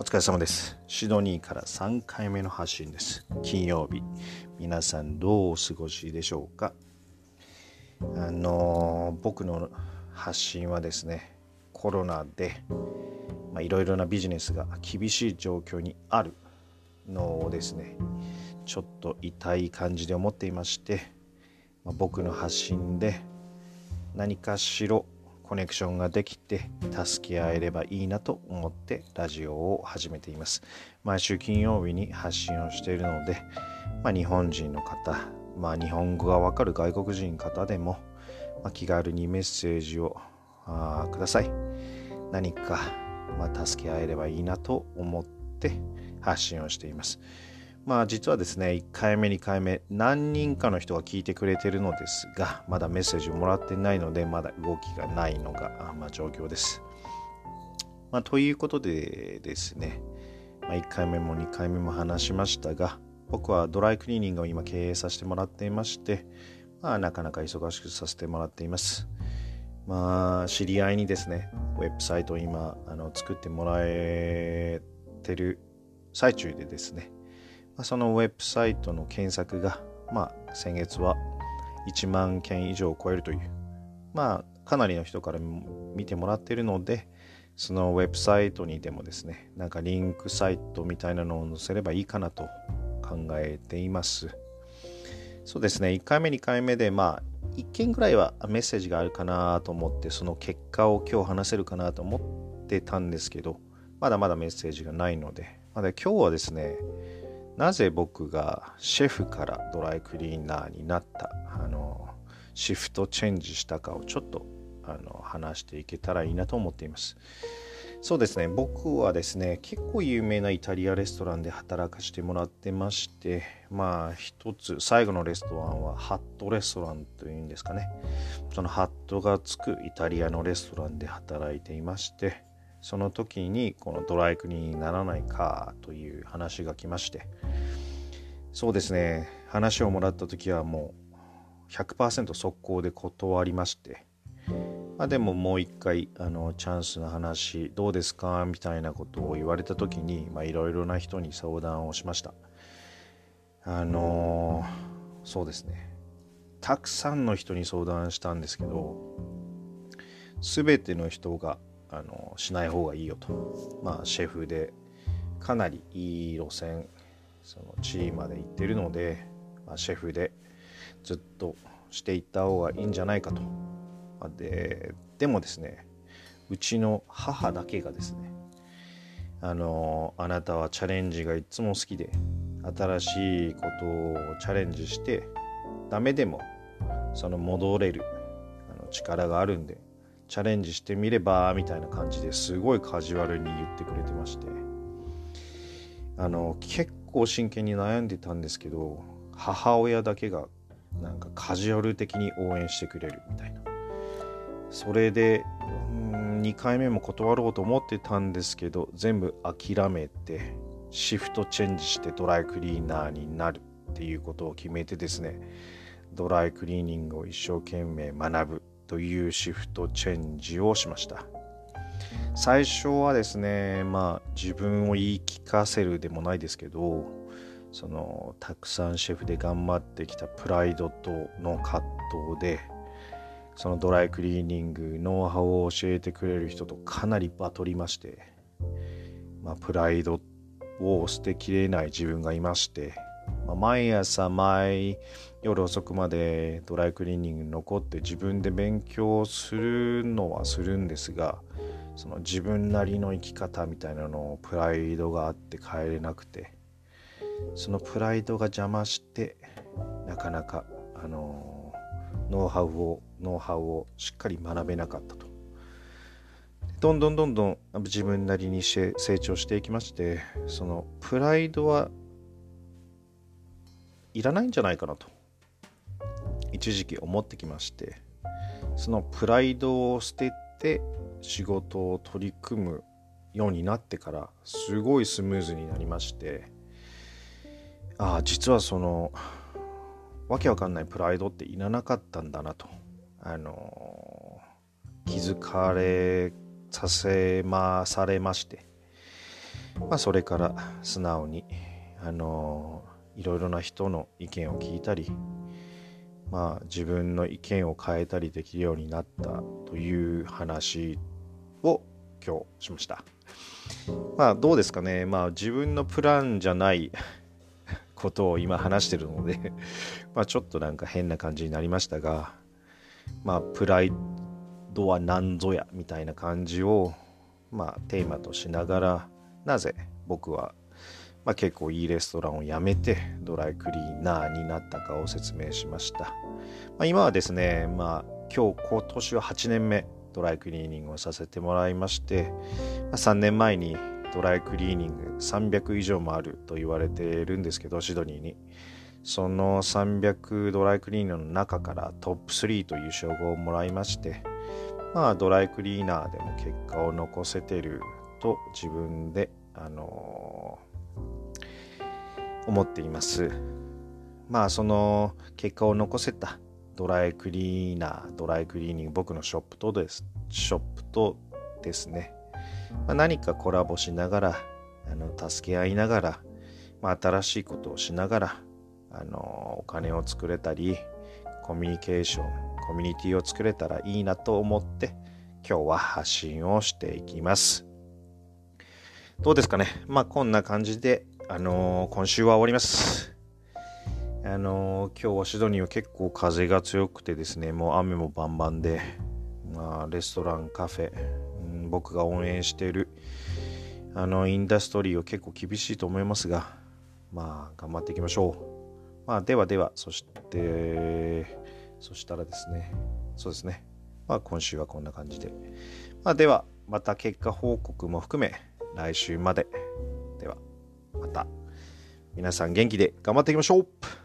疲れ様です。シドニーから3回目の発信です。金曜日、皆さんどうお過ごしでしょうか。僕の発信はですね、コロナでいろいろなビジネスが厳しい状況にあるのをですね、ちょっと痛い感じで思っていまして、僕の発信で何かしらコネクションができて助け合えればいいなと思ってラジオを始めています。毎週金曜日に発信をしているので、日本人の方、日本語がわかる外国人方でも、気軽にメッセージをください。何か、助け合えればいいなと思って発信をしています。実はですね、1回目2回目何人かの人が聞いてくれているのですが、まだメッセージをもらっていないので、まだ動きがないのが状況です。ということでですね、1回目も2回目も話しましたが、僕はドライクリーニングを今経営させてもらっていまして、なかなか忙しくさせてもらっています。知り合いにですね、ウェブサイトを今作ってもらえてる最中でですね、そのウェブサイトの検索が、先月は1万件以上を超えるという、かなりの人から見てもらっているので、そのウェブサイトにでもですね、リンクサイトみたいなのを載せればいいかなと考えています。そうですね、1回目2回目で1件ぐらいはメッセージがあるかなと思って、その結果を今日話せるかなと思ってたんですけど、まだまだメッセージがないので、今日はですね、なぜ僕がシェフからドライクリーナーになったシフトチェンジしたかをちょっと話していけたらいいなと思っています。そうですね、僕はですね、結構有名なイタリアレストランで働かせてもらってまして、一つ最後のレストランはハットレストランというんですかね。そのハットがつくイタリアのレストランで働いていまして、その時にこのドライクリーニングにならないかという話が来まして、そうですね、話をもらった時はもう 100% 速攻で断りまして、でももう一回チャンスの話どうですかみたいなことを言われた時に、いろいろな人に相談をしました。そうですね、たくさんの人に相談したんですけど、全ての人がしない方がいいよと、シェフでかなりいい路線、その地位まで行ってるので、シェフでずっとしていった方がいいんじゃないかと。でもですね、うちの母だけがですね、あなたはチャレンジがいつも好きで、新しいことをチャレンジしてダメでもその戻れる力があるんでチャレンジしてみればみたいな感じですごいカジュアルに言ってくれてまして、結構真剣に悩んでたんですけど、母親だけがカジュアル的に応援してくれるみたいな。それで2回目も断ろうと思ってたんですけど、全部諦めてシフトチェンジしてドライクリーナーになるっていうことを決めてですね、ドライクリーニングを一生懸命学ぶというシフトチェンジをしました。最初はですね、自分を言い聞かせるでもないですけど、そのたくさんシェフで頑張ってきたプライドとの葛藤で、そのドライクリーニングノウハウを教えてくれる人とかなりバトりまして、プライドを捨てきれない自分がいまして、毎朝夜遅くまでドライクリーニングに残って自分で勉強するのはするんですが、その自分なりの生き方みたいなのをプライドがあって変えれなくて、そのプライドが邪魔してなかなかノウハウをしっかり学べなかったと。どんどん自分なりに成長していきまして、そのプライドはいらないんじゃないかなと一時期思ってきまして、そのプライドを捨てて仕事を取り組むようになってからすごいスムーズになりまして、実はそのわけわかんないプライドっていらなかったんだなと気づかれされまして、 それから素直にいろいろな人の意見を聞いたり、自分の意見を変えたりできるようになったという話を今日しました。どうですかね。自分のプランじゃないことを今話してるのでちょっとなんか変な感じになりましたが、プライドは何ぞやみたいな感じをテーマとしながら、なぜ僕は結構いいレストランを辞めてドライクリーナーになったかを説明しました。今はですね、今年は8年目ドライクリーニングをさせてもらいまして、3年前にドライクリーニング300以上もあると言われているんですけど、シドニーにその300ドライクリーナーの中からトップ3という称号をもらいまして、ドライクリーナーでも結果を残せてると自分で思っています。その結果を残せたドライクリーニング、僕のショップとですね、何かコラボしながら助け合いながら、新しいことをしながらお金を作れたり、コミュニケーション、コミュニティを作れたらいいなと思って今日は発信をしていきます。どうですかね。こんな感じで今週は終わります。今日はシドニーは結構風が強くてですね、もう雨もバンバンで、レストラン、カフェ、僕が応援しているインダストリーは結構厳しいと思いますが、頑張っていきましょう。ではそしたらですね、そうですね、今週はこんな感じで、ではまた結果報告も含め来週まで。ではまた皆さん元気で頑張っていきましょう。